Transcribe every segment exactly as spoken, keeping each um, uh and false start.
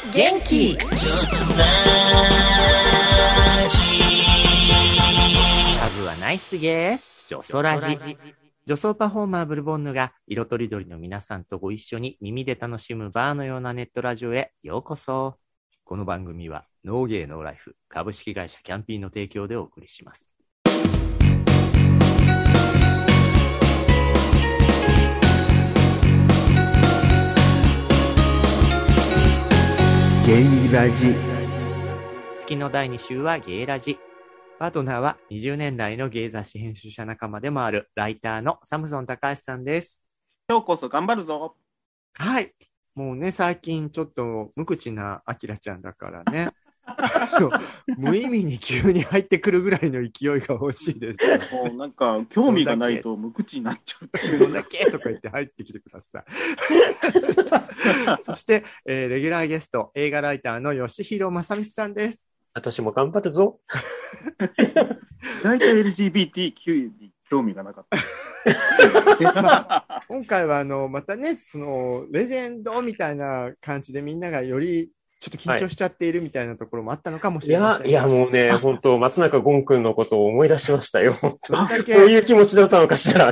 元気ハグはナイスゲージョソラジ。女装パフォーマーブルボンヌが色とりどりの皆さんとご一緒に耳で楽しむバーのようなネットラジオへようこそ。この番組はノーゲーノーライフ株式会社キャンピーの提供でお送りします。 ゲイラジ。 月のだいに週はゲイラジ。パートナーはにじゅうねんだいのゲイ雑誌編集者仲間でもあるライターのサムソン高橋さんです。 今日こそ頑張るぞ。 はい。もうね、最近ちょっと無口なアキラちゃんだからね。無意味に急に入ってくるぐらいの勢いが欲しいです。 もうなんか興味がないと無口になっちゃう。 どんだけとか言って入ってきてください。そして、えー、レギュラーゲスト、映画ライターの吉弘正道さんです。 私も頑張るぞ。 大体 エルジービーティーキュー に興味がなかった。 まあ、今回はあのまたね、そのレジェンドみたいな感じでみんながよりちょっと緊張しちゃっているみたいなところもあったのかもしれません。 いや、いやもうね、本当松中ゴン君のことを思い出しましたよ。 それだけどういう気持ちだったのかしらって。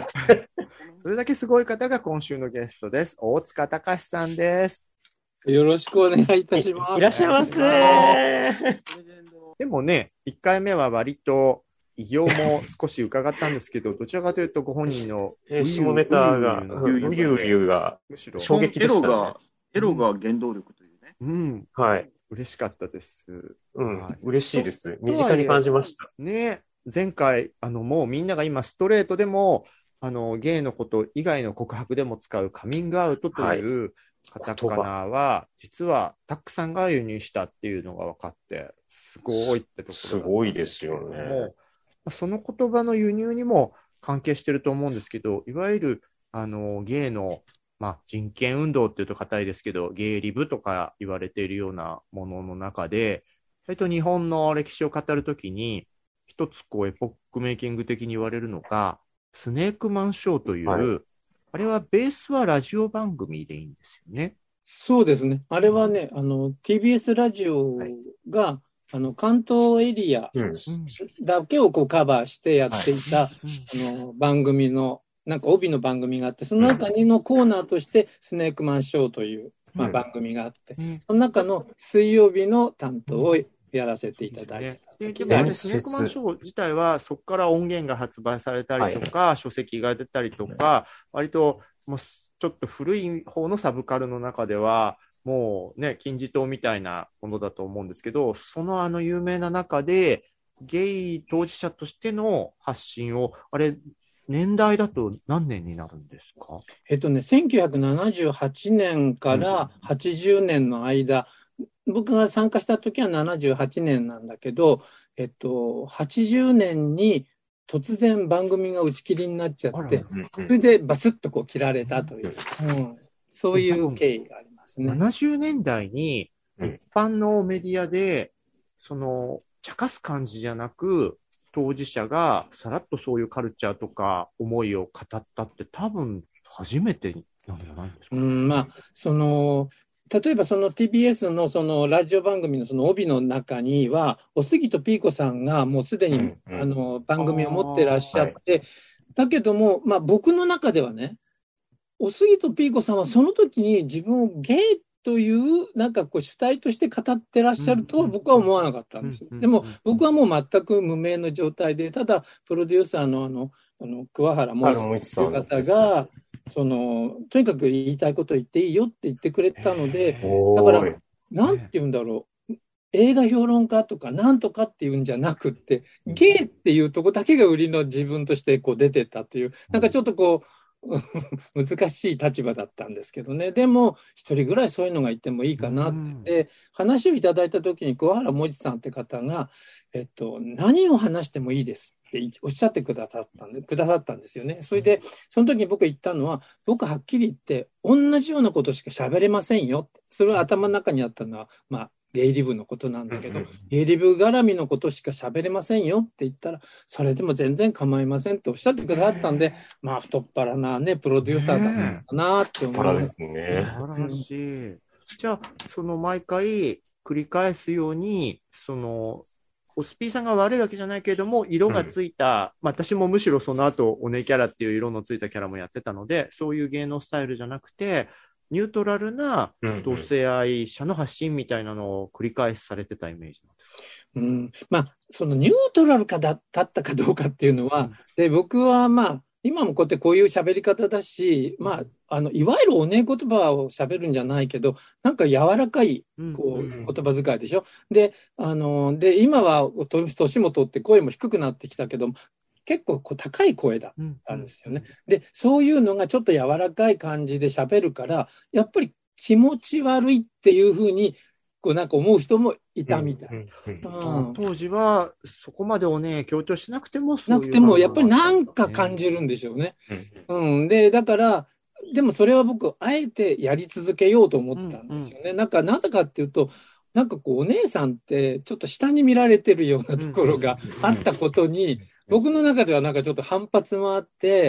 それだけすごい方が今週のゲストです。大塚隆さんです。 よろしくお願いいたします。 いらっしゃいませ。 でもね、いっかいめは割と異業も少し伺ったんですけど、どちらかというとご本人のえー、下ネタが、うゆうゆうが衝撃でしたね。 エロが、エロが原動力というね。 うん。 はい。 嬉しかったです。 うん、 はい、 嬉しいです。身近に感じました。 ね、前回、あの、もうみんなが今ストレートでも、あの、ゲイのこと以外の告白でも使うカミングアウトというカタカナは、実はタックさんが輸入したっていうのが分かって、すごいってところ。 すごいですよね。 もうその言葉の輸入にも関係してると思うんですけど、いわゆるあのゲイの、まあ、人権運動っていうと固いですけど、ゲイリブとか言われているようなものの中で、割と日本の歴史を語るときに、一つこうエポックメイキング的に言われるのが、スネークマンショーという、はい、あれはベースはラジオ番組でいいんですよね。 そうですね。あれはね、あの ティービーエス ラジオが、はい、あの関東エリアだけをこうカバーしてやっていた、はい、あの番組のなんか帯の番組があって、その中にのコーナーとしてスネークマンショーという、まあ、番組があって、うん、その中の水曜日の担当をやらせていただいてた、 うん、で, でもあれスネークマンショー自体はそこから音源が発売されたりとか、はい、書籍が出たりとか、割ともうちょっと古い方のサブカルの中ではもうね、金字塔みたいなものだと思うんですけど、そのあの有名な中で、ゲイ当事者としての発信を、あれ、年代だと何年になるんですか？ えっとね、せんきゅうひゃくななじゅうはちねんからはちじゅうねんの間、うん、僕が参加した時はななじゅうはちねんなんだけど、えっと、はちじゅうねんに突然番組が打ち切りになっちゃって、それでバスッとこう切られたという、うん、そういう経緯があります。 ななじゅうねんだいに一般のメディアで、その茶化す感じじゃなく当事者がさらっとそういうカルチャーとか思いを語ったって多分初めてなんじゃないですか、ね。うん、 まあその例えばその ティービーエス のそのラジオ番組のその帯の中にはおすぎとピーコさんがもうすでに、うんうん、あの番組を持ってらっしゃって、はい、だけども、まあ、僕の中ではね、おすぎとピーコさんはその時に自分をゲイというなんかこう主体として語ってらっしゃるとは僕は思わなかったんですよ。でも僕はもう全く無名の状態で、ただプロデューサーのあのあの桑原萌さんという方がそのとにかく言いたいことを言っていいよって言ってくれたので、だからなんて言うんだろう、映画評論家とかなんとかっていうんじゃなくって、ゲイっていうとこだけが売りの自分としてこう出てたという、なんかちょっとこう難しい立場だったんですけどね。でも一人ぐらいそういうのがいてもいいかなって、うん、で話をいただいた時に桑原萌さんって方が、えっと、何を話してもいいですっておっしゃってくださったんで、くださったんですよね。それでその時に僕言ったのは、僕はっきり言って同じようなことしか喋れませんよ。それは頭の中にあったのは、まあゲイリブのことなんだけど、うんうん、ゲイリブ絡みのことしか喋れませんよって言ったら、それでも全然構いませんっておっしゃってくださったんで、まあ太っ腹なねプロデューサーだったなって思います。 ね、 素晴らしい。 じゃあ、その毎回繰り返すように、その、オスピーさんが悪いわけじゃないけれども、色がついた、うん、まあ、私もむしろその後、おねキャラっていう色のついたキャラもやってたので、そういう芸能スタイルじゃなくて、ニュートラルな同性愛者の発信みたいなのを繰り返しされてたイメージなんですか？ うん、まあ、そのニュートラルかだったかどうかっていうのは、うん、で僕はまあ、今もこうやってこういう喋り方だし、まあ、あのいわゆるおね言葉を喋るんじゃないけど、なんか柔らかいこう言葉遣いでしょ。で、あので今は年も取って声も低くなってきたけど、結構こう高い声だったんですよね。で、そういうのがちょっと柔らかい感じで喋るから、やっぱり気持ち悪いっていうふうにこうなんか思う人もいたみたい。 当時はそこまでをね強調しなくてもそういうなくてもやっぱりなんか感じるんでしょうね。うん、うん、でだからでもそれは僕あえてやり続けようと思ったんですよね。うんうん、なんかなぜかっていうとなんかこうお姉さんってちょっと下に見られてるようなところがあったことに僕の中ではなんかちょっと反発もあって、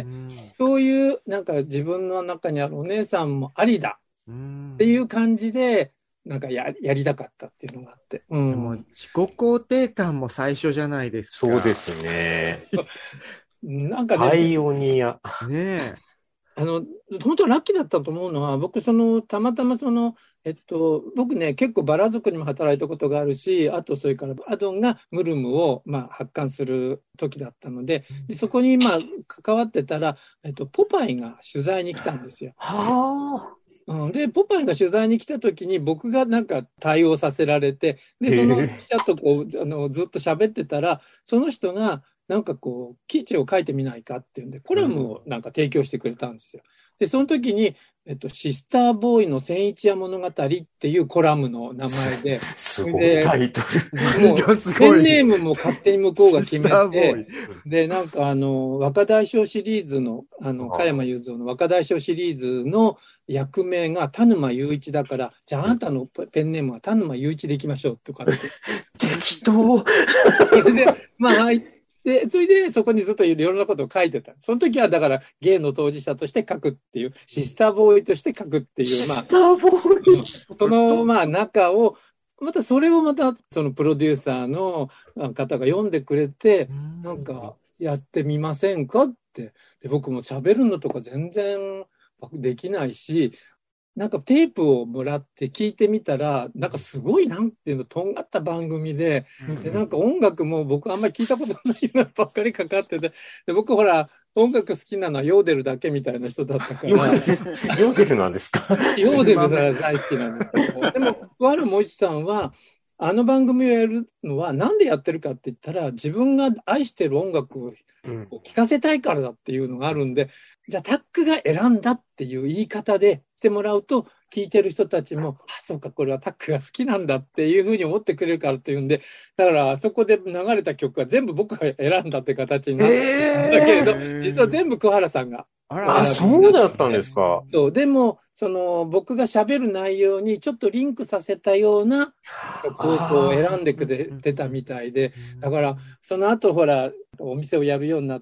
うん、そういうなんか自分の中にあるお姉さんもありだっていう感じでなんか や, やりたかったっていうのがあって、うん、 でも自己肯定感も最初じゃないですか。 そうですね。 なんかね、 パイオニア。 ねえ。 あの本当ラッキーだったと思うのは、僕そのたまたまそのえっと僕ね結構バラ族にも働いたことがあるし、あとそれからアドンがムルムをまあ発刊する時だったので、でそこにまあ関わってたら、えっとポパイが取材に来たんですよ。 はあ。 うん、でポパイが取材に来た時に僕がなんか対応させられて、でその記者とこうあのずっと喋ってたら、その人がなんかこう記事を書いてみないかっていうんでコラムをなんか提供してくれたんですよ。でその時に、えっと、シスターボーイの千一夜物語っていうコラムの名前で、 すごいタイトル。 もうペンネームも勝手に向こうが決めて、でなんかあの若大将シリーズのあの加山雄三の若大将シリーズの役名が田沼雄一だから、じゃああなたのペンネームは田沼雄一でいきましょうとかって適当。 それでまあでそれでそこにずっといろんなことを書いてた。その時はだから芸の当事者として書くっていう、シスターボーイとして書くっていう、 まあ、シスターボーイそのまあ中をまたそれをまたそのプロデューサーの方が読んでくれて、なんかやってみませんかって。で僕も喋るのとか全然できないし、なんかテープをもらって聞いてみたら、なんかすごいなんていうのとんがった番組で、でなんか音楽も僕あんまり聞いたことないのばっかりかかってて、で僕ほら音楽好きなのはヨーデルだけみたいな人だったから。ヨーデルなんですか？ ヨーデルが大好きなんですけど、でも桑原萌一さんはあの番組をやるのはなんでやってるかって言ったら、自分が愛してる音楽を聴かせたいからだっていうのがあるんで、じゃあタックが選んだっていう言い方でしてもらうと、聞いてる人たちも、あ、そうか、これはタックが好きなんだっていうふうに思ってくれるからっていうんで、だからあそこで流れた曲は全部僕が選んだって形になってんだけれど、えー、実は全部桑原さんが。 あ、そうだったんですか。 そう、でもその僕が喋る内容にちょっとリンクさせたような曲を選んでくれてたみたいで、だからその後ほらお店をやるようになって、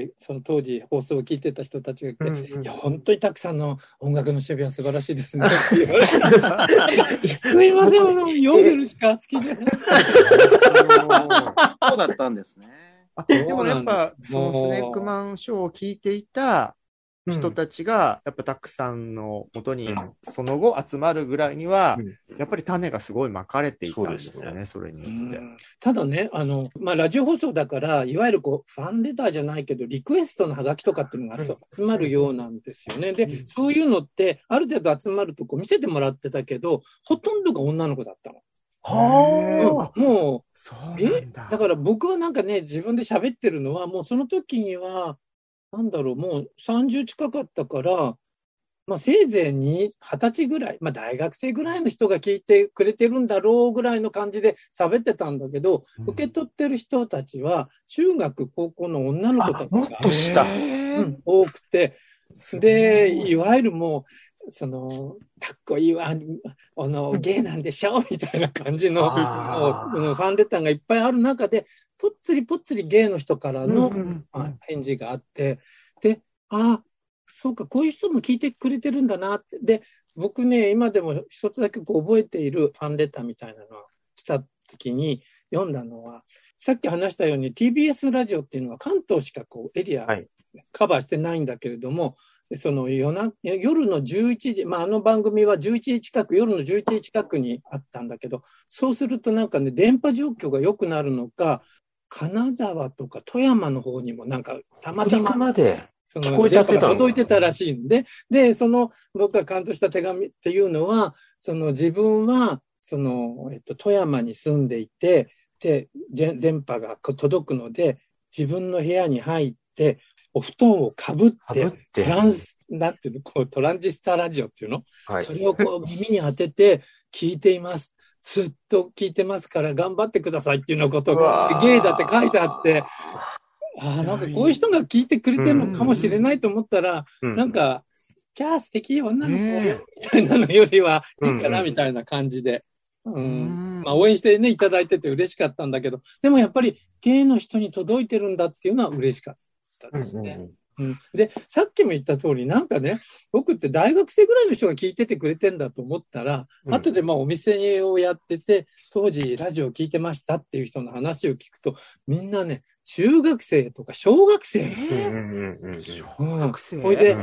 その当時放送を聞いてた人たちが来て、うんうん、いや本当にたくさんの音楽の守備は素晴らしいですねって言われてすいません、読んでるしか好きじゃないそうだったんですね。 あでもやっぱそのスネークマンショーを聞いていた人たちがやっぱたくさんの元にその後集まるぐらいには、うん、やっぱり種がすごいまかれていたんですよね、それによって。 ただね、あの、まあ、ラジオ放送だからいわゆるこうファンレターじゃないけどリクエストのハガキとかっていうのが集まるようなんですよね。でそういうのってある程度集まるとこう見せてもらってたけど、ほとんどが女の子だったの。はあ、もうそうなんだ。 えだから僕はなんかね、自分で喋ってるのはもうその時にはなんだろう、もうさんじゅう近かったから、まあ、せいぜいにはたちぐらい、まあ、大学生ぐらいの人が聞いてくれてるんだろうぐらいの感じで喋ってたんだけど、うん、受け取ってる人たちは中学高校の女の子たちがもっと下、 うん、多くて、でいわゆるもうそのかっこいいわ、あのゲイなんでしょみたいな感じのもうファンレターがいっぱいある中で、ぽっつりぽっつりゲイの人からの、うんうんうん、返事があって、で、ああ、そうか、こういう人も聞いてくれてるんだなって。で、 僕ね、今でも一つだけこう覚えているファンレターみたいなのが来た時に読んだのは、さっき話したように ティービーエス ラジオっていうのは関東しかこうエリアカバーしてないんだけれども、はい、その夜な夜のじゅういちじ、まあ、あの番組はじゅういちじ近く、夜のじゅういちじ近くにあったんだけど、そうするとなんかね、電波状況が良くなるのか、金沢とか富山の方にもなんかたまたままでその聞こえちゃってたの届いてたらしいんで、で、その僕が感動した手紙っていうのは、その自分はその、えっと、富山に住んでいて、で、電波が届くので、自分の部屋に入って、お布団をかぶって、 ってトランス、なんていうの、こうトランジスタラジオっていうの、 はい、それをこう耳に当てて聞いています。ずっと聞いてますから頑張ってくださいっていうようなことが、ゲイだって書いてあって、ああ、なんかこういう人が聞いてくれてるのかもしれないと思ったら、うんうん、なんか、キャー素敵女の子よみたいなのよりはいいかなみたいな感じで、うんうん、まあ応援してね、いただいてて嬉しかったんだけど、でもやっぱりゲイの人に届いてるんだっていうのは嬉しかったですね。うんうんうん、で、さっきも言った通り、なんかね、僕って大学生ぐらいの人が聞いててくれてんだと思ったら、うん、後でまあお店をやってて、当時ラジオ聞いてましたっていう人の話を聞くと、みんなね、中学生とか小学生。 えー、小学生。 ほいで、うん、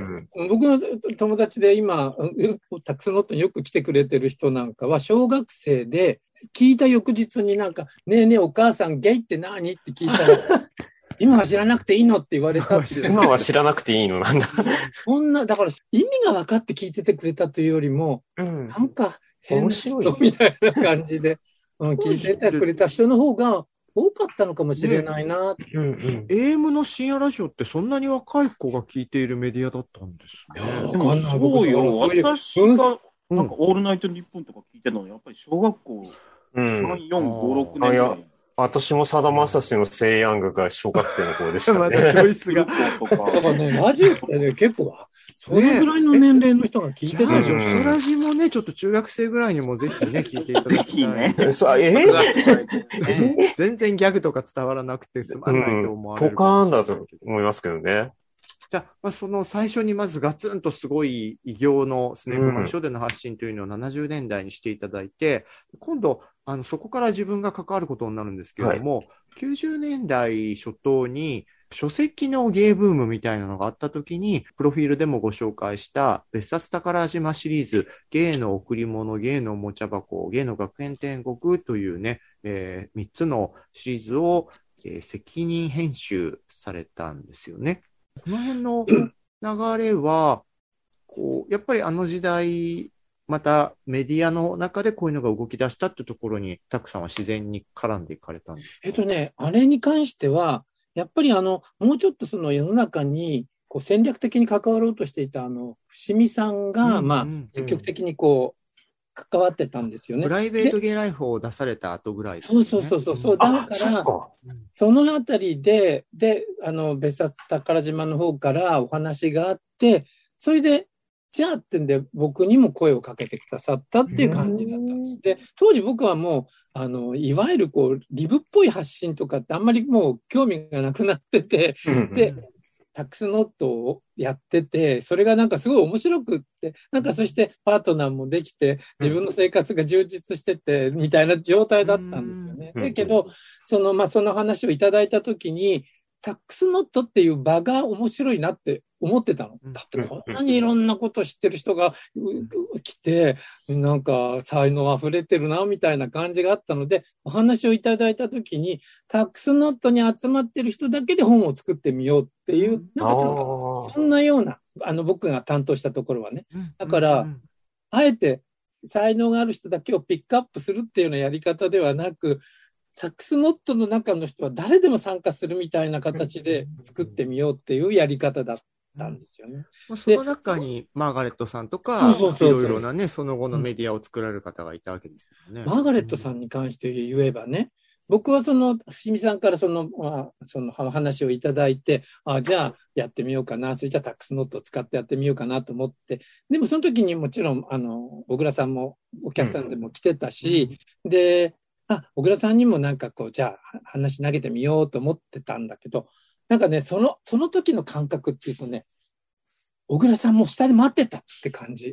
僕の友達で今、タックスノットによく来てくれてる人なんかは、小学生で、聞いた翌日になんか、ねえねえお母さんゲイって何って聞いたら、今は知らなくていいのって言われたっていう。 今は知らなくていいのなんだ。 そんな、だから意味が分かって聞いててくれたというよりも、うん、なんか変な人みたいな感じで、うん、聞いててくれた人の方が多かったのかもしれないな。 ね、うんうん、エーエム の深夜ラジオってそんなに若い子が聞いているメディアだったんですね。 でもそうよ。私がなんかオールナイトニッポンとか聞いてるのはやっぱり小学校さん、よん、ご、ろくねんぐらい。 私もさだまさしのセイヤングが小学生の頃でしたね。 またチョイスが。 だからね、ラジオってね、結構、それぐらいの年齢の人が聞いてるでしょ。ソラジもね、ちょっと中学生ぐらいにもぜひね、聞いていただきたい。 ね、 そうえー、全然ギャグとか伝わらなくてつまんないと思われる、うん。 ポカーンだと思いますけどね。 じゃあ、まあ、その最初にまずガツンとすごい異形のスネークマンショーでの発信というのをななじゅうねんだいにしていただいて、うん、今度、あのそこから自分が関わることになるんですけれども、はい、きゅうじゅうねんだい初頭に書籍のゲイブームみたいなのがあった時に、プロフィールでもご紹介した別冊宝島シリーズ、ゲイの贈り物、ゲイのおもちゃ箱、ゲイの学園天国というね、えー、みっつのシリーズを、えー、責任編集されたんですよね。この辺の流れは、こう、やっぱりあの時代、またメディアの中でこういうのが動き出したってところに、タクさんは自然に絡んでいかれたんですか？ えっとね、あれに関しては、やっぱりあの、もうちょっとその世の中にこう戦略的に関わろうとしていたあの、伏見さんが、うんうんうん、まあ、積極的にこう、関わってたんですよね。 プライベートゲイライフを出された後ぐらいですね。 そうそうそうそう。うん、だから、そのあたりで、で、あの、別冊宝島の方からお話があって、それで、じゃあってんで僕にも声をかけてくださったっていう感じだったんです。で、当時僕はもう、あの、いわゆるこう、リブっぽい発信とかってあんまりもう興味がなくなってて、で、タックスノットをやってて、それがなんかすごい面白くって、なんかそしてパートナーもできて、自分の生活が充実してて、みたいな状態だったんですよね。だけど、その、まあ、その話をいただいたときに、タックスノットっていう場が面白いなって思ってたの。だってこんなにいろんなこと知ってる人が来て、なんか才能あふれてるな、みたいな感じがあったので、お話をいただいたときに、タックスノットに集まってる人だけで本を作ってみようっていう、なんかちょっと、そんなような、あの、僕が担当したところはね。だから、あえて才能がある人だけをピックアップするっていうようなやり方ではなく、タックスノットの中の人は誰でも参加するみたいな形で作ってみようっていうやり方だったんですよね。 うん、その中にマーガレットさんとか、いろいろなね、その後のメディアを作られる方がいたわけですよね。 マーガレットさんに関して言えばね、僕はその、伏見さんからその、まあ、その話をいただいて、あじゃあやってみようかな、それじゃあタックスノットを使ってやってみようかなと思って、でもその時にもちろん、あの、小倉さんもお客さんでも来てたし、うん、で、あ、小倉さんにもなんかこう、じゃあ話投げてみようと思ってたんだけど、なんかね、その、その時の感覚っていうとね、小倉さんも下で待ってたって感じ。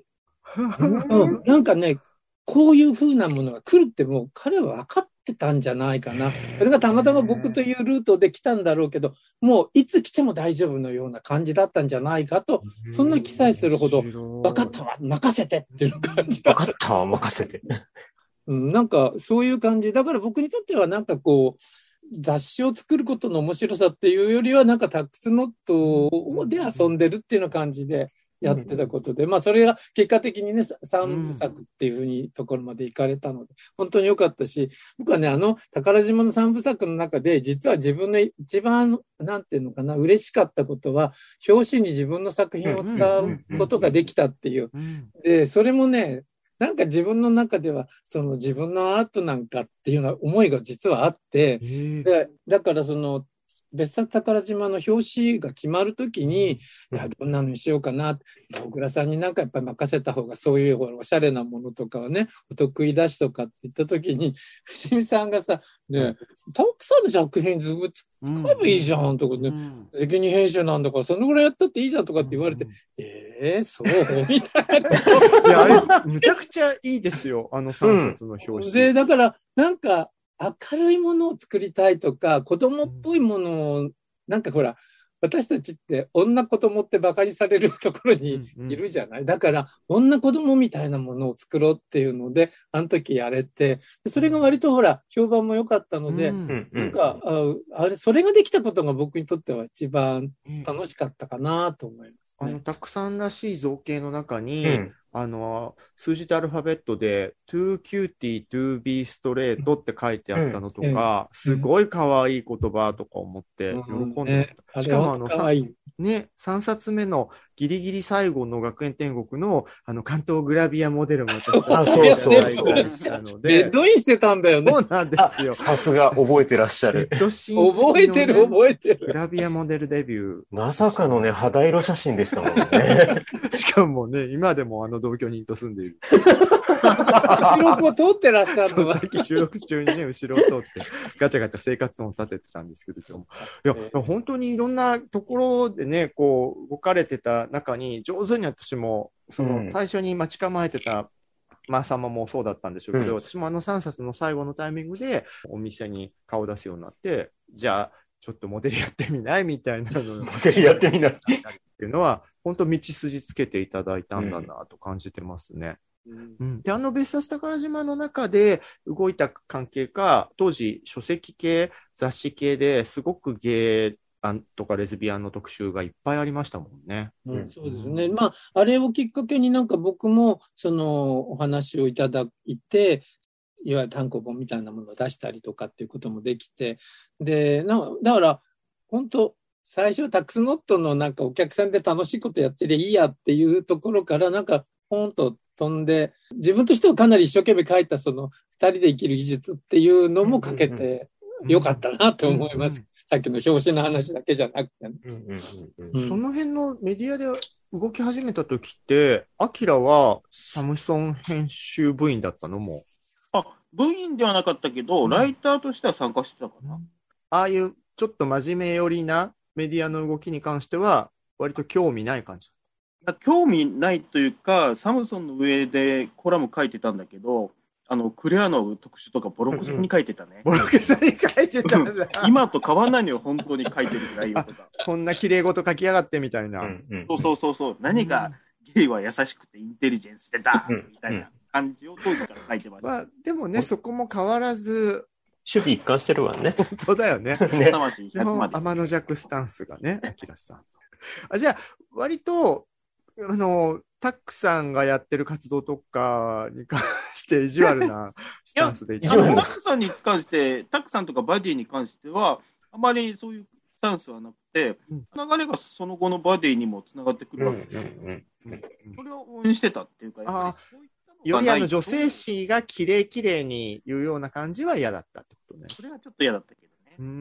うん、なんかね、こういう風なものが来るってもう彼は分かってたんじゃないかな。それがたまたま僕というルートで来たんだろうけど、もういつ来ても大丈夫のような感じだったんじゃないかと、そんな記載するほど、分かったわ、任せてっていう感じが。 分かったわ、任せて。 うん、なんかそういう感じ。だから僕にとってはなんかこう、雑誌を作ることの面白さっていうよりは、なんかタックスノットで遊んでるっていうような感じでやってたことで、まあそれが結果的にね、さんぶさくっていうふうにところまで行かれたので、本当に良かったし、僕はね、あの宝島のさんぶさくの中で、実は自分の一番、なんていうのかな、嬉しかったことは、表紙に自分の作品を使うことができたっていう。で、それもね、なんか自分の中ではその自分のアートなんかっていうような思いが実はあって、でだからその別冊宝島の表紙が決まるときに、いやどんなのにしようかな、大倉さんになんかやっぱり任せた方がそういうおしゃれなものとかはねお得意だしとかって言ったときに伏見さんがさ、ね、たくさんの作品ずぶ使えばいいじゃんとかね、うん、責任編集なんだからそのぐらいやったっていいじゃんとかって言われて、うん、えー、そうみたいな。 いや、あれ、むちゃくちゃいいですよ、あのさんさつの表紙。 うん、で、だから、なんか、明るいものを作りたいとか、子供っぽいものを、なんかほら、私たちって女子供ってバカにされるところにいるじゃない、うんうん、だから女子供みたいなものを作ろうっていうのであの時やれて、それが割とほら評判も良かったので、うん、なんか あ, あれそれができたことが僕にとっては一番楽しかったかなと思いますね、 あのたくさんらしい造形の中に、うん、あの数字とアルファベットで too cutie to be straight って書いてあったのとか、うん、すごい可愛い言葉とか思って喜んで、うんね、しかもあのね、さんさつめのギリギリ最後の学園天国のあの関東グラビアモデルもそうそうそうベッドインしてたんだよね。 そうなんですよ。 さすが覚えてらっしゃる。 ベッドシーン、ね、覚えてる覚えてる。 グラビアモデルデビュー。 まさかのね肌色写真でしたもんね。 しかもね今でもあの同居人と住んでいる。 後ろを通ってらっしゃるのは。 さっき収録中にね後ろを通ってガチャガチャ生活音を立ててたんですけども、いや、えー、本当にいろんなところでねこう動かれてた中に上手に私もその最初に待ち構えてた、うん、まあ様もそうだったんでしょうけど、うん、私もあのさんさつの最後のタイミングでお店に顔出すようになって、じゃあちょっとモデルやってみないみたいなのモデルやってみないっていうのは本当道筋つけていただいたんだなと感じてますね。うんうん、であの別冊宝島の中で動いた関係か、当時書籍系雑誌系ですごくゲイとかレズビアンの特集がいっぱいありましたもんね。 うん、そうですね。まああれをきっかけになんか僕もそのお話をいただいて、いわゆる単行本みたいなものを出したりとかっていうこともできて、でなだから本当最初タックスノットのなんかお客さんで楽しいことやってりゃいいやっていうところからなんかポンと飛んで、自分としてはかなり一生懸命書いたそのふたりで生きる技術っていうのも書けてよかったなと思います。うんうんうん、さっきの表紙の話だけじゃなくて、ね、うんうんうん、その辺のメディアで動き始めた時って、アキラはサムソン編集部員だったのも？ あ、部員ではなかったけど、うん、ライターとしては参加してたかな。うん、 ああいうちょっと真面目寄りなメディアの動きに関しては割と興味ない感じ？ 興味ないというか、サムソンの上でコラム書いてたんだけど、あのクレアの特集とかボロクソに書いてたね。 ボロクソに書いてたんだ。 今と変わらないのよ、本当に書いてる内容とか。 こんな綺麗事書きやがってみたいな。 うんうん、そうそうそうそう。何がゲイは優しくてインテリジェンスでだ、うん、みたいな感じを当時から書いてました。まあ、 でもね、そこも変わらず。 守備一貫してるわね。 本当だよね。 ね、 天の弱スタンスがね、アキラさん。あ、じゃあ、割と、あの、タックさんがやってる活動とかに関して意地悪なスタンスでいや、タックさんに関して、タックさんとかバディに関しては、あまりそういうスタンスはなくて、うん、流れがその後のバディにもつながってくるわけで、うんうんうん、それを応援してたっていうか、やっぱりよりあの女性誌がきれいきれいに言うような感じは嫌だったってことね。 それはちょっと嫌だったけどね。うん。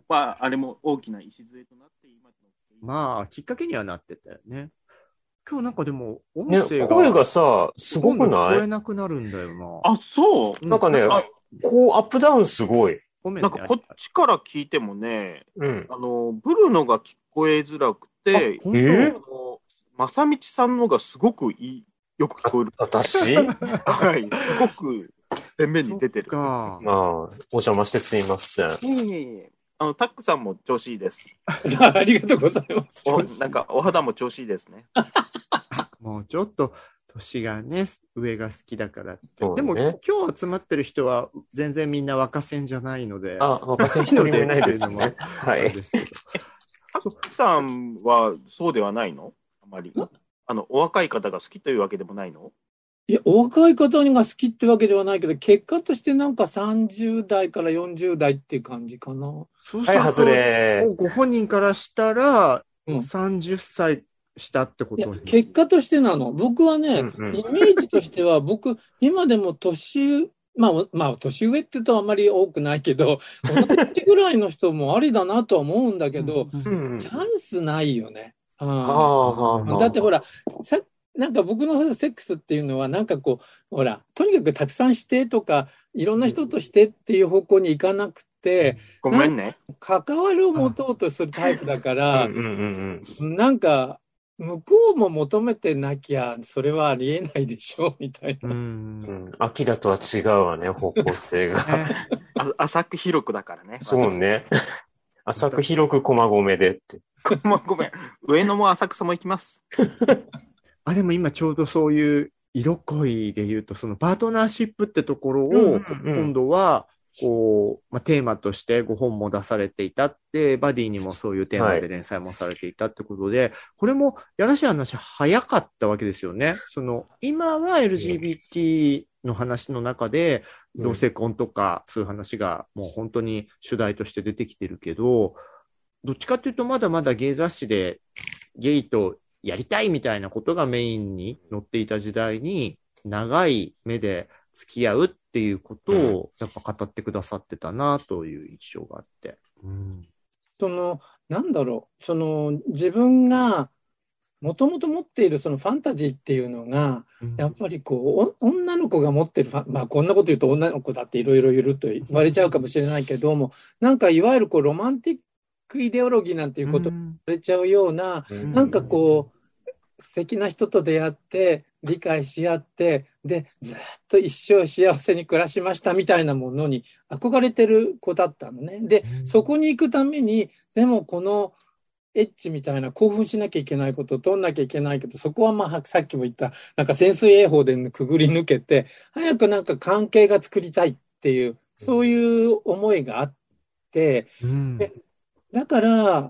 まあ、あれも大きな礎となって今の。 まあ、きっかけにはなってたよね。今日なんかでも音声が、ね、声がさ、すごくない？ 聞こえなくなるんだよな。 あ、そう。 なんかね、こうアップダウンすごい。 なんかこっちから聞いてもね、うん、あのブルノが聞こえづらくて、 えー、 正道さんのがすごくいいよく聞こえる。 私はい。すごく前面に出てる。 かまあ、お邪魔してすいません。 いえいえいえ。あの、タックさんも調子いいです。 ありがとうございます。 おなんか、お肌も調子いいですね。 もうちょっと、年がね、上が好きだからって。 ね、 でも、今日集まってる人は、全然みんな若線じゃないので。 あ、若線一人もいないですね。はい。 タックさんはそうではないの？あまり。あの、お若い方が好きというわけでもないの？ いや、お若い方が好きってわけではないけど、結果としてなんかさんじゅう代からよんじゅう代っていう感じかな。 そうすると、はい、外れ。ご本人からしたら、さんじゅっさいしたってこと、 うん、結果としてなの。僕はね、うんうん、イメージとしては、僕、今でも年、まあ、まあ、年上って言うとあまり多くないけど、同じぐらいの人もありだなとは思うんだけど、うんうん、チャンスないよね。うん、だってほら、さなんか僕のセックスっていうのは、なんかこう、ほら、とにかくたくさんしてとか、いろんな人としてっていう方向に行かなくて、 ごめんね。 関わりを持とうとするタイプだから、なんか、向こうも求めてなきゃ、それはありえないでしょ、みたいな。うん。 アキラとは違うわね、方向性が。 浅く広くだからね。 そうね。浅く広く駒込でって。 ごめん。上野も浅草も行きます。 あ、でも今ちょうどそういう色恋で言うと、そのパートナーシップってところを、今度は、こう、まあ、テーマとしてご本も出されていたって、バディにもそういうテーマで連載もされていたってことで、はい、これもやらしい話早かったわけですよね。その、今は エルジービーティー の話の中で、同性婚とかそういう話がもう本当に主題として出てきてるけど、どっちかっていうとまだまだゲイ雑誌でゲイとやりたいみたいなことがメインに載っていた時代に、長い目で付き合うっていうことをやっぱ語ってくださってたなという印象があって。うん、 その、なんだろう、その自分がもともと持っているそのファンタジーっていうのが、うん、やっぱりこう、女の子が持ってるファン、まあこんなこと言うと女の子だっていろいろいると言われちゃうかもしれないけども、なんかいわゆるこうロマンティックイデオロギーなんていうことを言われちゃうような、うん、なんかこう、素敵な人と出会って、理解し合って、で、ずっと一生幸せに暮らしましたみたいなものに憧れてる子だったのね。で、そこに行くために、でもこのエッチみたいな興奮しなきゃいけないことを取んなきゃいけないけど、そこはまあさっきも言った、なんか潜水泳法でくぐり抜けて、早くなんか関係が作りたいっていう、そういう思いがあって、でだから、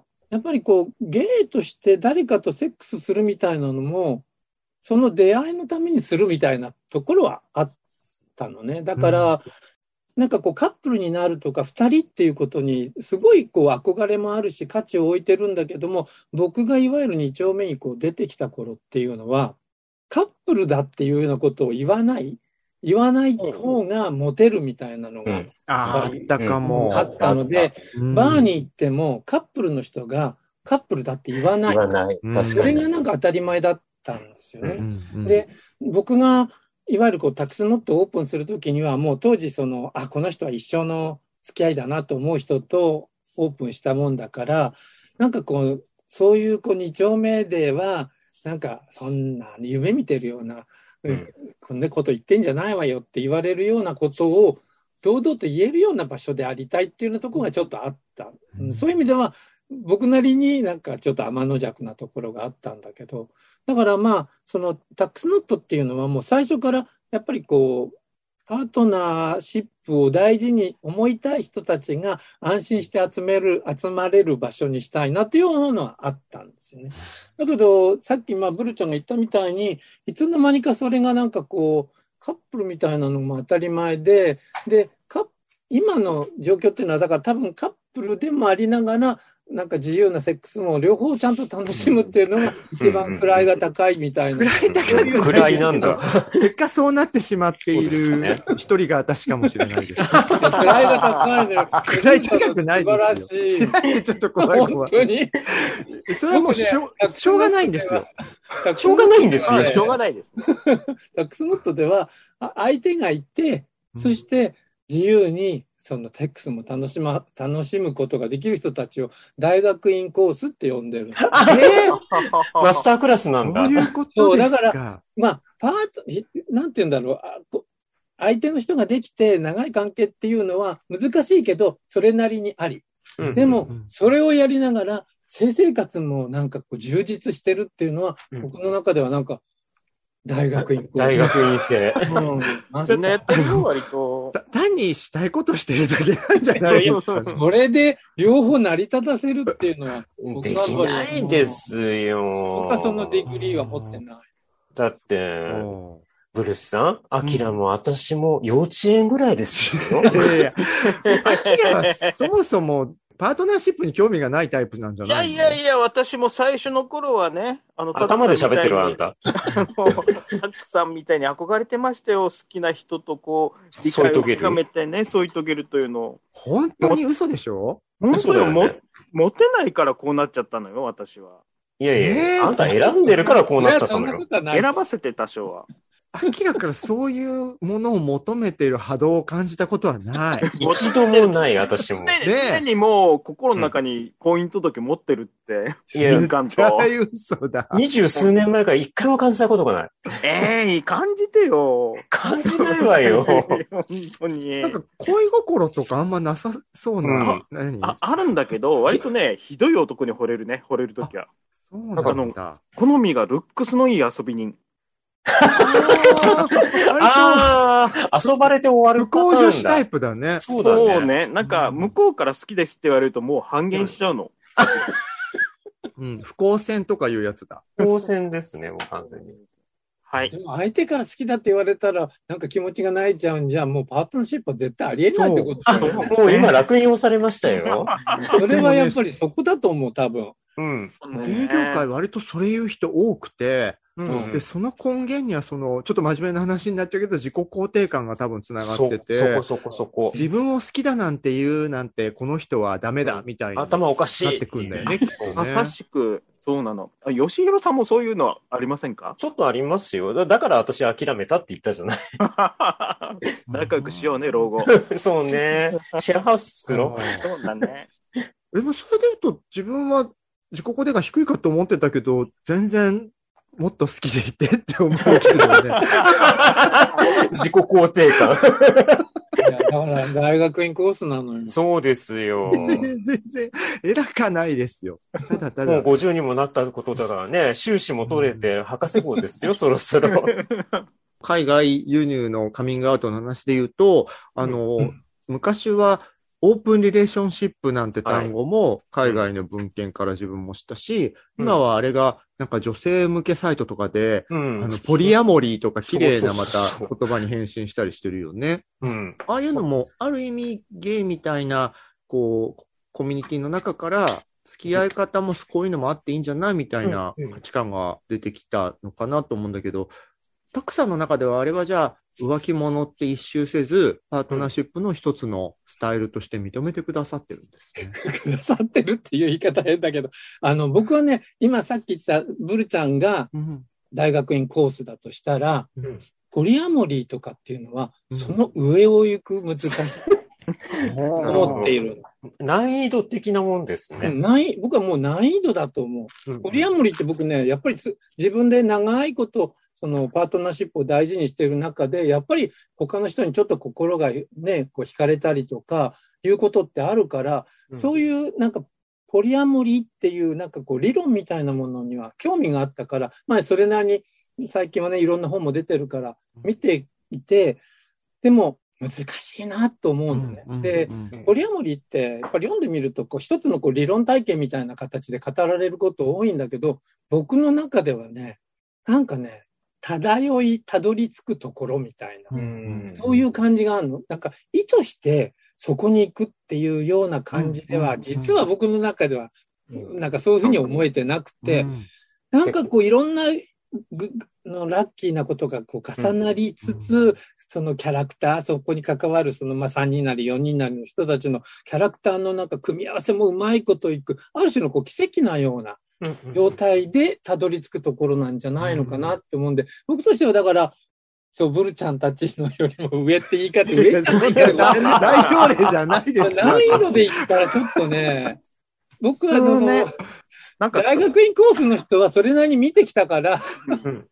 やっぱりこう、ゲイとして誰かとセックスするみたいなのも、その出会いのためにするみたいなところはあったのね。だから、うん、なんかこうカップルになるとか二人っていうことにすごいこう憧れもあるし価値を置いてるんだけども、僕がいわゆる二丁目にこう出てきた頃っていうのは、カップルだっていうようなことを言わない、言わない方がモテるみたいなのが、うん、 あったかも。 あったので、うん、バーに行ってもカップルの人がカップルだって言わない。 言わない。確かに。 それがなんか当たり前だったんですよね。うんうん、で、僕がいわゆるこうタックスノットをオープンするときには、もう当時その、あ、この人は一生の付き合いだなと思う人とオープンしたもんだから、なんかこう、そういうこう二丁目では、なんかそんな夢見てるような、うん、こんなこと言ってんじゃないわよって言われるようなことを堂々と言えるような場所でありたいっていうようなところがちょっとあった。うん、そういう意味では、僕なりになんかちょっと天の弱なところがあったんだけど、だからまあ、そのタックスノットっていうのはもう最初からやっぱりこう、パートナーシップを大事に思いたい人たちが安心して集める、集まれる場所にしたいなっていうようなのはあったんですよね。だけど、さっきまあブルちゃんが言ったみたいに、いつの間にかそれがなんかこう、カップルみたいなのも当たり前で、で、カッ今の状況っていうのは、だから多分カップルでもありながら、なんか自由なセックスも両方ちゃんと楽しむっていうのが一番位が高いみたいな。 位高い。 位なんだ。 結果そうなってしまっている一人が私かもしれないです。位が高いのよ。 位高くないですよ。 素晴らしい。 ちょっと怖い怖い。 本当に。 それはもうしょう、しょうがないんですよ。 しょうがないんですよ。 しょうがないです。 タックスノットでは相手がいて、そして自由にそのテックスも楽しま、楽しむことができる人たちを大学院コースって呼んでる。 えー、 マスタークラスなんだ。 そういうことですか。 だから、まあ、 パート、なんて言うんだろう、あこ相手の人ができて長い関係っていうのは難しいけど、それなりにあり。 うん、 でも、それをやりながら、性生活もなんかこう充実してるっていうのは、うん、僕の中ではなんか、大学院大学院生。 うん。みんなやってるよ、割と。 単にしたいことしてるだけなんじゃないですか。 それで両方成り立たせるっていうのは、 できないですよ。 僕はそのディグリーは持ってない。 だって、ブルースさん、アキラも私も幼稚園ぐらいですよ。 いやいや、アキラはそもそもパートナーシップに興味がないタイプなんじゃないの？ いやいやいや、私も最初の頃はね、 あの、頭で喋ってるわ、あんた。 あの、タックさんみたいに憧れてましたよ。好きな人とこう、理解を深めてね、添い遂げるというのを。 本当に嘘でしょ？ 本当よ、も、モテないからこうなっちゃったのよ、私は。 いやいや、えー、あんた選んでるからこうなっちゃったのよ。 選ばせて多少は。 明らかにそういうものを求めている波動を感じたことはない。 一度もない、私も。 常に、常にもう心の中に婚姻届持ってるって。 いや、 絶対嘘だ。 二十数年前から一回も感じたことがない。 ええー、感じてよ。 感じないわよ。 本当に。 なんか恋心とかあんまなさそうな。 うん、あ, あるんだけど、割とね、ひどい男に惚れるね、惚れるときは。 そうなんだ。 好みがルックスのいい遊び人。 ああ、遊ばれて終わる不幸女子タイプだね。 そうだね。そうね。なんか、向こうから好きですって言われるともう半減しちゃうの。 うん、不幸線とかいうやつだ。 不幸線ですね、もう完全に。 はい。 でも相手から好きだって言われたら、なんか気持ちが泣いちゃうんじゃ、もうパートナーシップは絶対ありえないってことだよね。 もう今落印をされましたよ。 それはやっぱりそこだと思う、多分。 うん。 芸業界割とそれ言う人多くて、うん、で、その根源にはその、ちょっと真面目な話になっちゃうけど、自己肯定感が多分つながってて、 そこそこそこ。 自分を好きだなんて言うなんて、この人はダメだ、みたいな。 頭おかしい。 なってくるんだよね。 まさしく、そうなの。あ、吉弘さんもそういうのはありませんか？ ちょっとありますよ。だ, だから私諦めたって言ったじゃない。 仲良くしようね、老後。 そうね。シェアハウス作ろう。そうだね。 でもそれで言うと、自分は自己肯定感低いかと思ってたけど、全然、もっと好きでいてって思うけどね。 自己肯定感。 いや、だから大学院コースなのよ。 そうですよ。 全然偉かないですよ。ただただ。 もうごじゅうにもなったことだからね、修士も取れて博士号ですよ、そろそろ。 海外輸入のカミングアウトの話で言うと、あの、うん、昔は、オープンリレーションシップなんて単語も海外の文献から自分も知ったし、うん、今はあれがなんか女性向けサイトとかで、うん、あのポリアモリーとか綺麗なまた言葉に変身したりしてるよね。 うん、 ああいうのもある意味ゲイみたいなこうコミュニティの中から付き合い方もこういうのもあっていいんじゃないみたいな価値観が出てきたのかなと思うんだけど、たくさんの中ではあれはじゃあ浮気者って一周せず、パートナーシップの一つのスタイルとして認めてくださってるんですね。 くださってるっていう言い方変だけど、あの、僕はね、今さっき言ったブルちゃんが大学院コースだとしたら、うん、ポリアモリーとかっていうのは、うん、その上を行く難しさを持っている。 難易度的なもんですね。 難易僕はもう難易度だと思う。うん、ポリアモリーって僕ね、やっぱり自分で長いことそのパートナーシップを大事にしている中で、やっぱり他の人にちょっと心がね、こう惹かれたりとかいうことってあるから、うん、そういうなんかポリアモリーっていうなんかこう理論みたいなものには興味があったから、まあそれなりに最近はね、いろんな本も出てるから見ていて、でも難しいなと思うんだね。うんうんうん、で、ポリアモリーってやっぱり読んでみるとこう一つのこう理論体系みたいな形で語られること多いんだけど、僕の中ではね、なんかね、漂い、たどり着くところみたいな、うん、そういう感じがあるの。なんか意図してそこに行くっていうような感じでは、うん、実は僕の中では、うん、なんかそういうふうに思えてなくて、うん、なんかこういろんなぐのラッキーなことがこう重なりつつ、うん、そのキャラクター、そこに関わるそのまあさんにんなりよにんなりの人たちのキャラクターのなんか組み合わせもうまいこといく、ある種のこう奇跡なような状態でたどり着くところなんじゃないのかなって思うんで、僕としてはだから、そう、ブルちゃんたちのよりも上って言い方、上って言い方、 代表例じゃないですか。難易度で言ったらちょっとね、僕はあの、ね、なんか大学院コースの人はそれなりに見てきたから、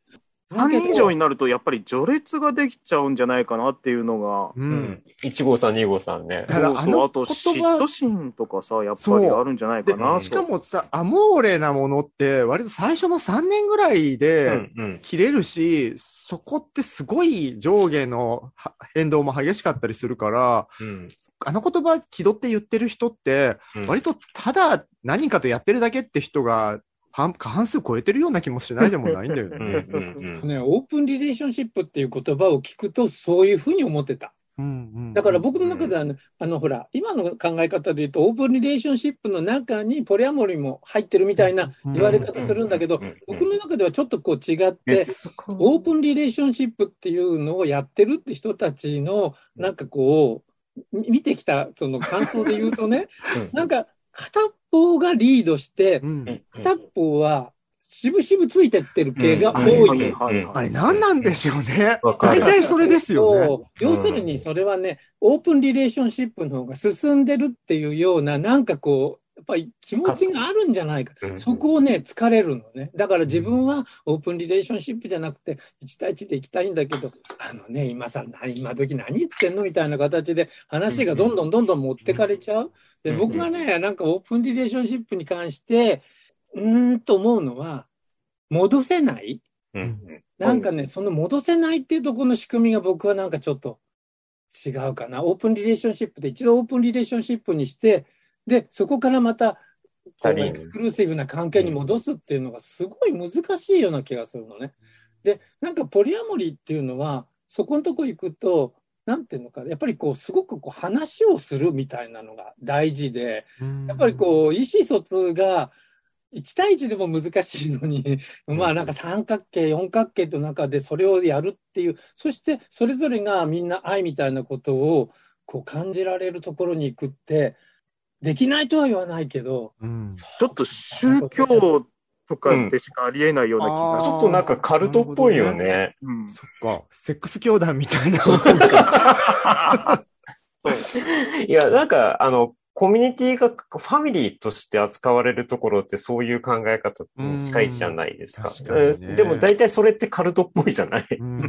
さんにん以上になると、やっぱり序列ができちゃうんじゃないかなっていうのが。 うん。いち号さん、に号さんね。 だからあのそうそう、あと、嫉妬心とかさ、やっぱりあるんじゃないかな。 しかもさ、アモーレなものって、割と最初のさんねんぐらいで切れるし、うんうん、そこってすごい上下の変動も激しかったりするから、うん、あの言葉気取って言ってる人って、割とただ何かとやってるだけって人が、過半数超えてるような気もしないでもないんだよね。 ね、オープンリレーションシップっていう言葉を聞くとそういうふうに思ってた。うんうん、だから僕の中では、ね、あのほら今の考え方で言うとオープンリレーションシップの中にポリアモリも入ってるみたいな言われ方するんだけど、僕の中ではちょっとこう違ってオープンリレーションシップっていうのをやってるって人たちのなんかこう見てきたその感想で言うとねなんか片方がリードして、うん、片方はしぶしぶついてってる系が多い。 あれ何なんでしょうね。大体それですよね。 要するにそれはね、オープンリレーションシップの方が進んでるっていうような、なんかこう、やっぱり気持ちがあるんじゃないか。そこをね、疲れるのね。だから自分はオープンリレーションシップじゃなくて、いち対いちで行きたいんだけど、あのね、今さ、今時何言ってんのみたいな形で話がどんどんどんどん持ってかれちゃう。で、僕がね、なんかオープンリレーションシップに関して、うーんと思うのは、戻せない、うん、なんかね、その戻せないっていうところの仕組みが僕はなんかちょっと違うかな。オープンリレーションシップで一度オープンリレーションシップにして、で、そこからまたこうエクスクルーシブな関係に戻すっていうのがすごい難しいような気がするのね。で、なんかポリアモリーっていうのは、そこのとこ行くと、なんていうのか、やっぱりこう、すごくこう話をするみたいなのが大事で、やっぱりこう、意思疎通が、いち対いちでも難しいのに、まあなんか三角形、四角形の中でそれをやるっていう、そしてそれぞれがみんな愛みたいなことをこう感じられるところに行くって、できないとは言わないけど、 うん、ちょっと宗教とかでしかありえないような気が、 うん、ちょっとなんかカルトっぽいよね。ねうん、そっか、セックス教団みたいな。 いや、なんか、あの、コミュニティがファミリーとして扱われるところってそういう考え方に近いじゃないですか。かね、でも大体それってカルトっぽいじゃない、うんうん、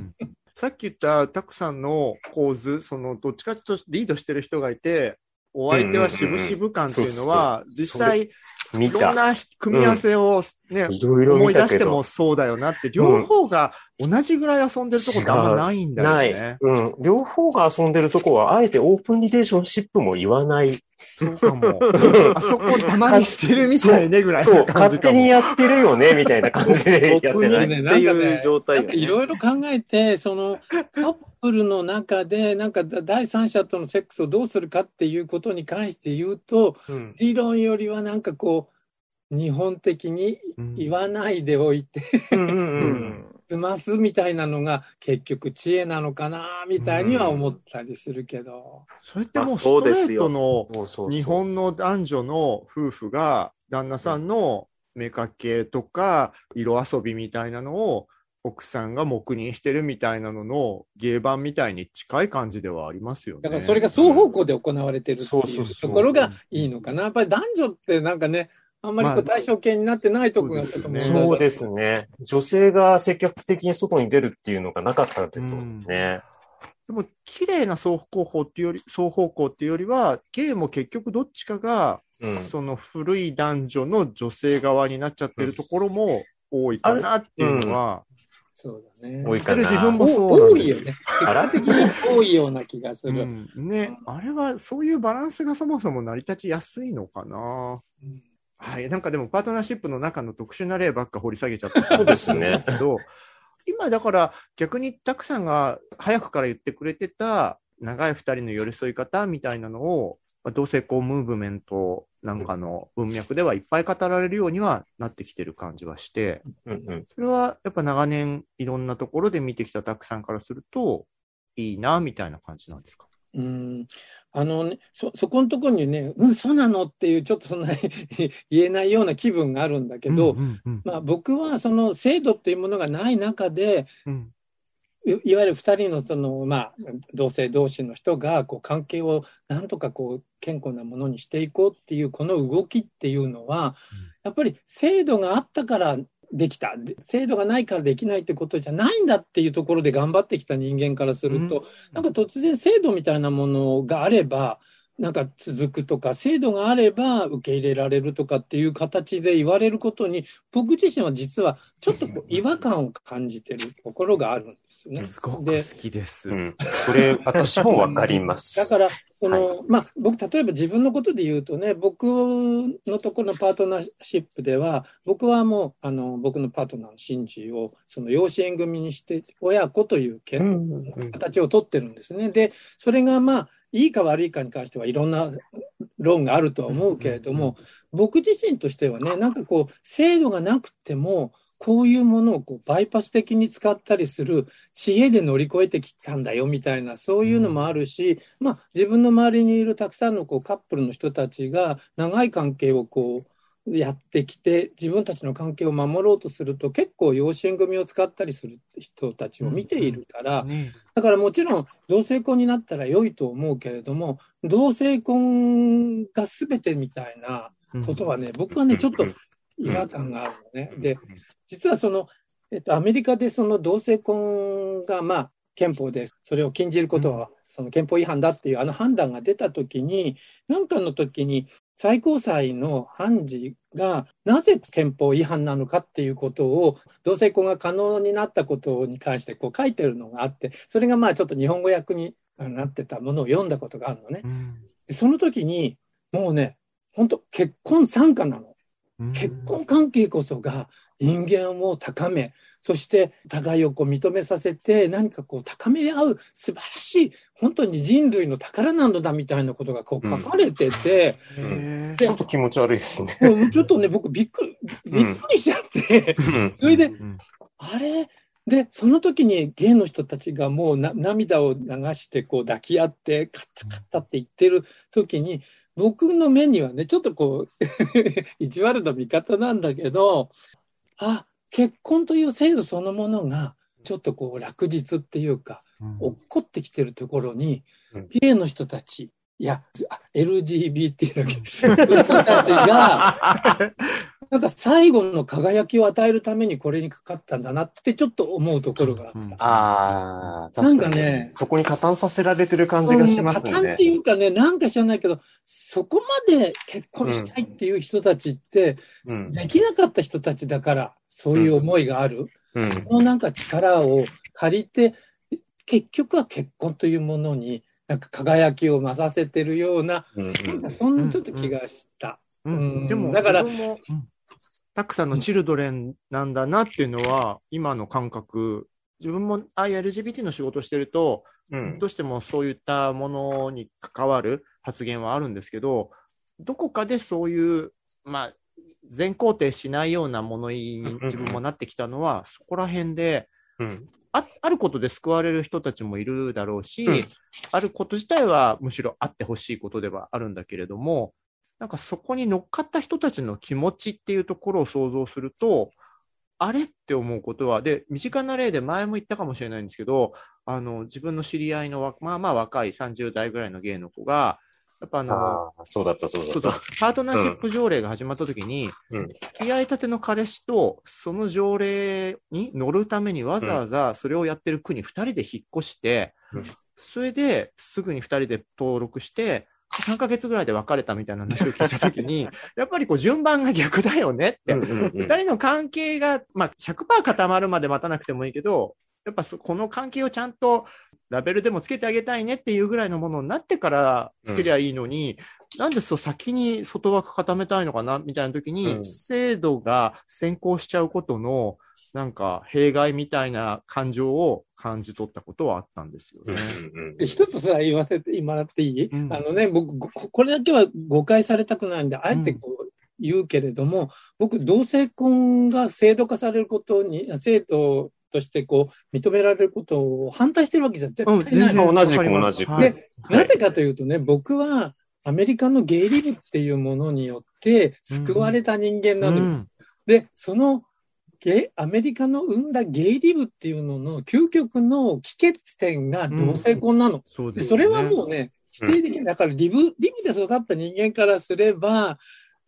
さっき言ったタクさんの構図、そのどっちかというとリードしてる人がいて、お相手は渋々感っていうのは、実際、いろんな組み合わせをね、うん、思い出してもそうだよなって、両方が同じぐらい遊んでるとこってあんまないんだよね。ない。 うん。両方が遊んでるとこは、あえてオープンリレーションシップも言わない。 そうかも。あそこたまにしてるみたいねぐらいな感じかも。 そう、勝手にやってるよね、みたいな感じでやってない。 ね、っていう状態、ね。いろいろ考えて、その、カップルの中で、なんか第三者とのセックスをどうするかっていうことに関して言うと、うん、理論よりはなんかこう、日本的に言わないでおいて、済ますみたいなのが結局知恵なのかなみたいには思ったりするけど、 うん、それってもうストレートの日本の男女の夫婦が旦那さんの妾とか色遊びみたいなのを奥さんが黙認してるみたいなのの芸版みたいに近い感じではありますよね。 だからそれが双方向で行われてるっていうところがいいのかな。やっぱり男女ってなんかね、あんまりこう対象系になってないところがちょっと問題だと、 そうですね。女性が積極的に外に出るっていうのがなかったですもんね。 うん、でも綺麗な双方向っていうより、双方向っていうよりは、ゲイも結局どっちかが、うん、その古い男女の女性側になっちゃってるところも多いかなっていうのは、 そうだね。 多いかな。 自分もそうなんです。 多いよね。結果的に多いような気がする。 うん、ね、あれはそういうバランスがそもそも成り立ちやすいのかな。うん、はい、なんかでもパートナーシップの中の特殊な例ばっか掘り下げちゃったそうですね。けど、今だから逆にたくさんが早くから言ってくれてた長い二人の寄り添い方みたいなのを、同性婚ムーブメントなんかの文脈ではいっぱい語られるようにはなってきてる感じはして、うんうん、それはやっぱ長年いろんなところで見てきたたくさんからするといいなみたいな感じなんですか？ うんあのね、そ, そこのところにね、うん、そうなのっていうちょっとそんな言えないような気分があるんだけど、うんうんうん、まあ、僕はその制度っていうものがない中で、うん、い, いわゆるふたりのその、まあ、同性同士の人がこう関係をなんとかこう健康なものにしていこうっていうこの動きっていうのは、うん、やっぱり制度があったからできた。制度がないからできないってことじゃないんだっていうところで頑張ってきた人間からすると、うん、なんか突然制度みたいなものがあれば、なんか続くとか、制度があれば受け入れられるとかっていう形で言われることに、僕自身は実はちょっとこう違和感を感じてるところがあるんですよね。 すごく好きです。 うん、それ、私もわかります。 だから、その、はい、まあ、僕、例えば自分のことで言うとね、僕のところのパートナーシップでは、僕はもう、あの、僕のパートナーのシンジを、その養子縁組にして、親子という形を取ってるんですね。で、それがまあ、いいか悪いかに関してはいろんな論があるとは思うけれども、僕自身としてはね、なんかこう、制度がなくても、こういうものをこうバイパス的に使ったりする知恵で乗り越えてきたんだよみたいな、そういうのもあるし、まあ、自分の周りにいるたくさんのこうカップルの人たちが長い関係をこうやってきて、自分たちの関係を守ろうとすると、結構養子縁組を使ったりする人たちを見ているから、だからもちろん同性婚になったら良いと思うけれども、同性婚が全てみたいなことはね、僕はね、ちょっと違和感があるのね。で、実はその、えっと、アメリカでその同性婚が、まあ、憲法でそれを禁じることは、その憲法違反だっていうあの判断が出たときに、なんかの時に最高裁の判事がなぜ憲法違反なのかっていうことを、同性婚が可能になったことに関してこう書いてるのがあって、それがまあちょっと日本語訳になってたものを読んだことがあるのね。でその時に、もうね、本当結婚参加なの。結婚関係こそが人間を高め、そして互いをこう認めさせて、何かこう高め合う素晴らしい、本当に人類の宝なのだみたいなことがこう書かれてて、 うんうん、ちょっと気持ち悪いですね。 ちょっとね、僕びっくり、びっくりしちゃって、うん、それで、うん、あれで、その時にゲイの人たちがもうな涙を流してこう抱き合って、カッタカッタって言ってる時に、僕の目にはね、ちょっとこう、意地悪な見方なんだけど、あ、結婚という制度そのものが、ちょっとこう、落日っていうか、うん、落っこってきてるところに、うん、ゲイの人たち、いや、エルジービーティー の人たちが、なんか最後の輝きを与えるためにこれにかかったんだなってちょっと思うところがあった。うん、 ああ、確かに。なんかね、そこに加担させられてる感じがしますね。 加担っていうかね、なんか知らないけど、そこまで結婚したいっていう人たちって、うん、できなかった人たちだから、そういう思いがある。うん、そのなんか力を借りて、結局は結婚というものに、なんか輝きを増させてるような、うん、なんかそんなちょっと気がした。 うんうんうん、でも、だから、タックさんのチルドレンなんだなっていうのは、今の感覚、自分もああいう エルジービーティー の仕事をしてると、うん、どうしてもそういったものに関わる発言はあるんですけど、どこかでそういう、まあ、全肯定しないような物言いに自分もなってきたのは、そこら辺で、うんあ、あることで救われる人たちもいるだろうし、うん、あること自体はむしろあってほしいことではあるんだけれども、なんかそこに乗っかった人たちの気持ちっていうところを想像すると、あれって思うことは、で、身近な例で前も言ったかもしれないんですけど、あの、自分の知り合いの、まあまあ若いさんじゅう代ぐらいのゲイの子が、やっぱあの、 あそうだったそうだった。そうパートナーシップ条例が始まった時に、うん、付き合いたての彼氏とその条例に乗るためにわざわざそれをやってる区にふたりで引っ越して、うん、それですぐにふたりで登録して、さんかげつぐらいで別れたみたいな話を聞いたときに、やっぱりこう順番が逆だよねって。ふたりの関係が、まあ、ひゃくパーセント 固まるまで待たなくてもいいけど、やっぱこの関係をちゃんとラベルでもつけてあげたいねっていうぐらいのものになってからつけりゃいいのに、うん、なんでそう先に外枠固めたいのかなみたいな時に、うん、制度が先行しちゃうことのなんか弊害みたいな感情を感じ取ったことはあったんですよね。 うんうん、一つさ、言わせてもらっていい、うん、あのね、僕、これだけは誤解されたくないんで、あえてこう言うけれども、うん、僕、同性婚が制度化されることに、制度としてこう認められることを反対してるわけじゃ絶対ない。 うん、同じく同じく。 で、なぜかというとね、僕はアメリカのゲイリブっていうものによって救われた人間なのよ。うん、で、そのゲアメリカの生んだゲイリブっていうのの究極の帰結点が同性婚なの。うん、そうですね、それはもうね、否定できない。だからリブ、リブで育った人間からすれば、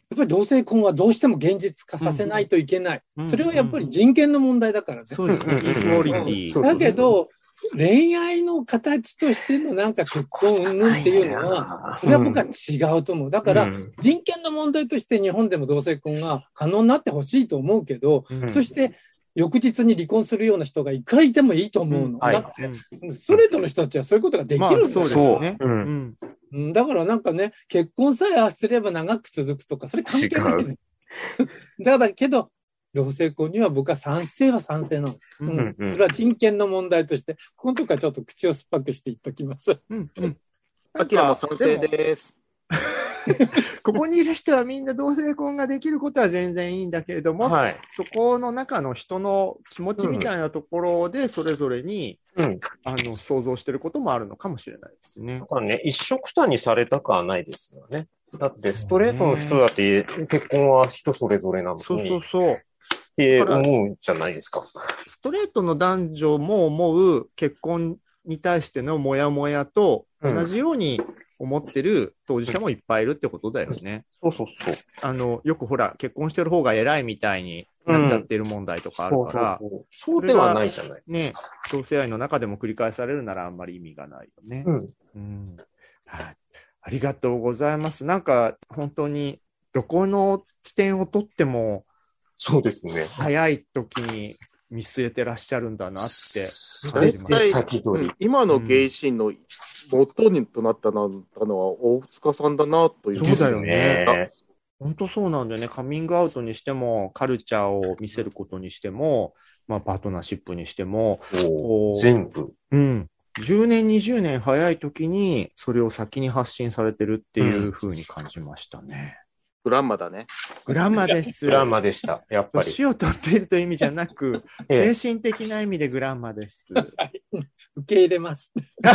ぱり同性婚はどうしても現実化させないといけない。 うん、 それはやっぱり人権の問題だからね。 そうですね。イクオリティ。 だけど、恋愛の形としてのなんか結婚云々っていうのは、これは僕は違うと思う。だから、人権の問題として日本でも同性婚が可能になってほしいと思うけど、うん、そして翌日に離婚するような人がいくらいてもいいと思うの。うんはい、だってストレートの人たちはそういうことができるんだよ。 まあ、そうですね。うんうん、だからなんかね、結婚さえすれば長く続くとか、それ関係ない、ね。だからけど、同性婚には僕は賛成は賛成なの。うん。それは人権の問題として、ここのとこはちょっと口を酸っぱくして言っときます。 うんうん。アキラも賛成です。 ここにいる人はみんな同性婚ができることは全然いいんだけれども、はい、そこの中の人の気持ちみたいなところでそれぞれに、うん、あの想像してることもあるのかもしれないですね。 だからね、一緒くたにされたくはないですよね。だってストレートの人だって結婚は人それぞれなのに。 そうそうそう。 って思うじゃないですか。 ストレートの男女も思う結婚に対してのモヤモヤと同じように思ってる当事者もいっぱいいるってことだよね。 うん、そうそうそう。 あの、よくほら、結婚してる方が偉いみたいになっちゃってる問題とかあるから。 うん、そうそうそう。そうではないじゃないですか。 ね、同性愛の中でも繰り返されるならあんまり意味がないよね。うん。うん、あ、ありがとうございます。なんか、本当に、どこの地点をとっても、 そうですね。 早い時に見据えてらっしゃるんだなって感じます。先取り。今のゲイシーンの元にとなったのは大塚さんだなという。 そうだよね。本当そうなんだよね。カミングアウトにしても、カルチャーを見せることにしても、まあ、パートナーシップにしても、 こう全部。 うん。じゅうねん、にじゅうねん早い時に、それを先に発信されてるっていう風に感じましたね。 グランマだね。 グランマです。 グランマでした。やっぱり。 年を取っているという意味じゃなく、精神的な意味でグランマです。 受け入れます。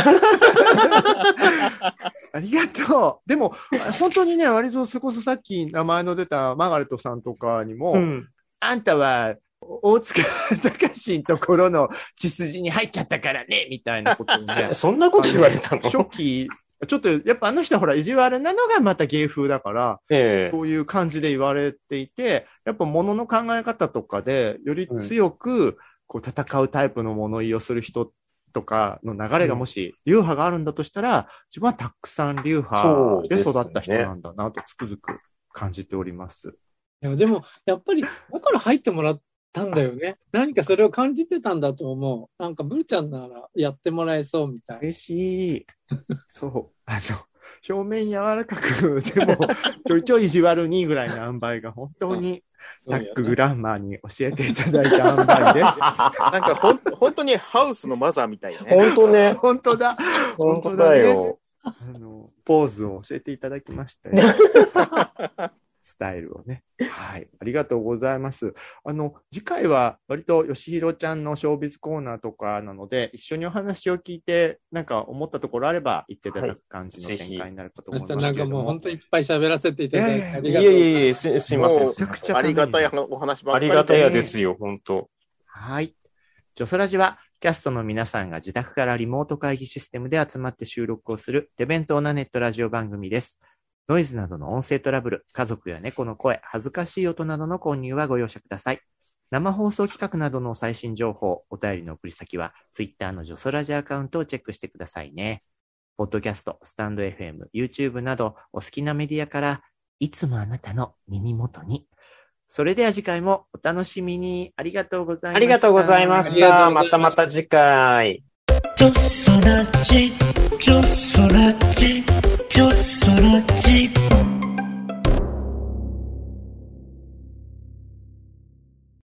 ありがとう。でも、本当にね、割とそれこそさっき名前の出たマーガレットさんとかにも、うん、あんたは大塚隆のところの血筋に入っちゃったからね、みたいなことにね。 そんなこと言われたの？ 初期、ちょっとやっぱあの人はほら意地悪なのがまた芸風だから、えー、そういう感じで言われていて、やっぱ物の考え方とかでより強くこう戦うタイプの物言いをする人とかの流れがもし流派があるんだとしたら、自分はたくさん流派で育った人なんだなとつくづく感じております。 いやでもやっぱりだから入ってもらったんだよね。何かそれを感じてたんだと思う。なんかブルちゃんならやってもらえそうみたいな。 嬉しい。そう。あの、表面柔らかく、でも、ちょいちょい意地悪にぐらいの塩梅が本当に、タックグランマーに教えていただいた塩梅です。 なんかほん、本当にハウスのマザーみたいなね。 本当ね。 本当だ。 本当だよ。 あの、ポーズを教えていただきましたよ。スタイルをね。はい。ありがとうございます。あの、次回は割とよしひろちゃんのショービズコーナーとかなので、一緒にお話を聞いて、なんか思ったところあれば言っていただく感じの展開になるかと思いますけれども。 なんかもう本当にいっぱい喋らせていただいてありがとうございます。いやいやいや、す、すいません。 めちゃくちゃありがたいお話ばっかりありがたいですよ、本当。 はい。ジョソラジは、キャストの皆さんが自宅からリモート会議システムで集まって収録をする手弁当なネットラジオ番組です。ノイズなどの音声トラブル、家族や猫の声、恥ずかしい音などの購入はご容赦ください。生放送企画などの最新情報、お便りの送り先は、Twitter のジョソラジアカウントをチェックしてくださいね。ポッドキャスト、スタンド エフエム、YouTube など、お好きなメディアから、いつもあなたの耳元に。それでは次回もお楽しみに。ありがとうございました。 ありがとうございました。またまた次回。ジョソラジ、ジョソラジ、ジョソラジ。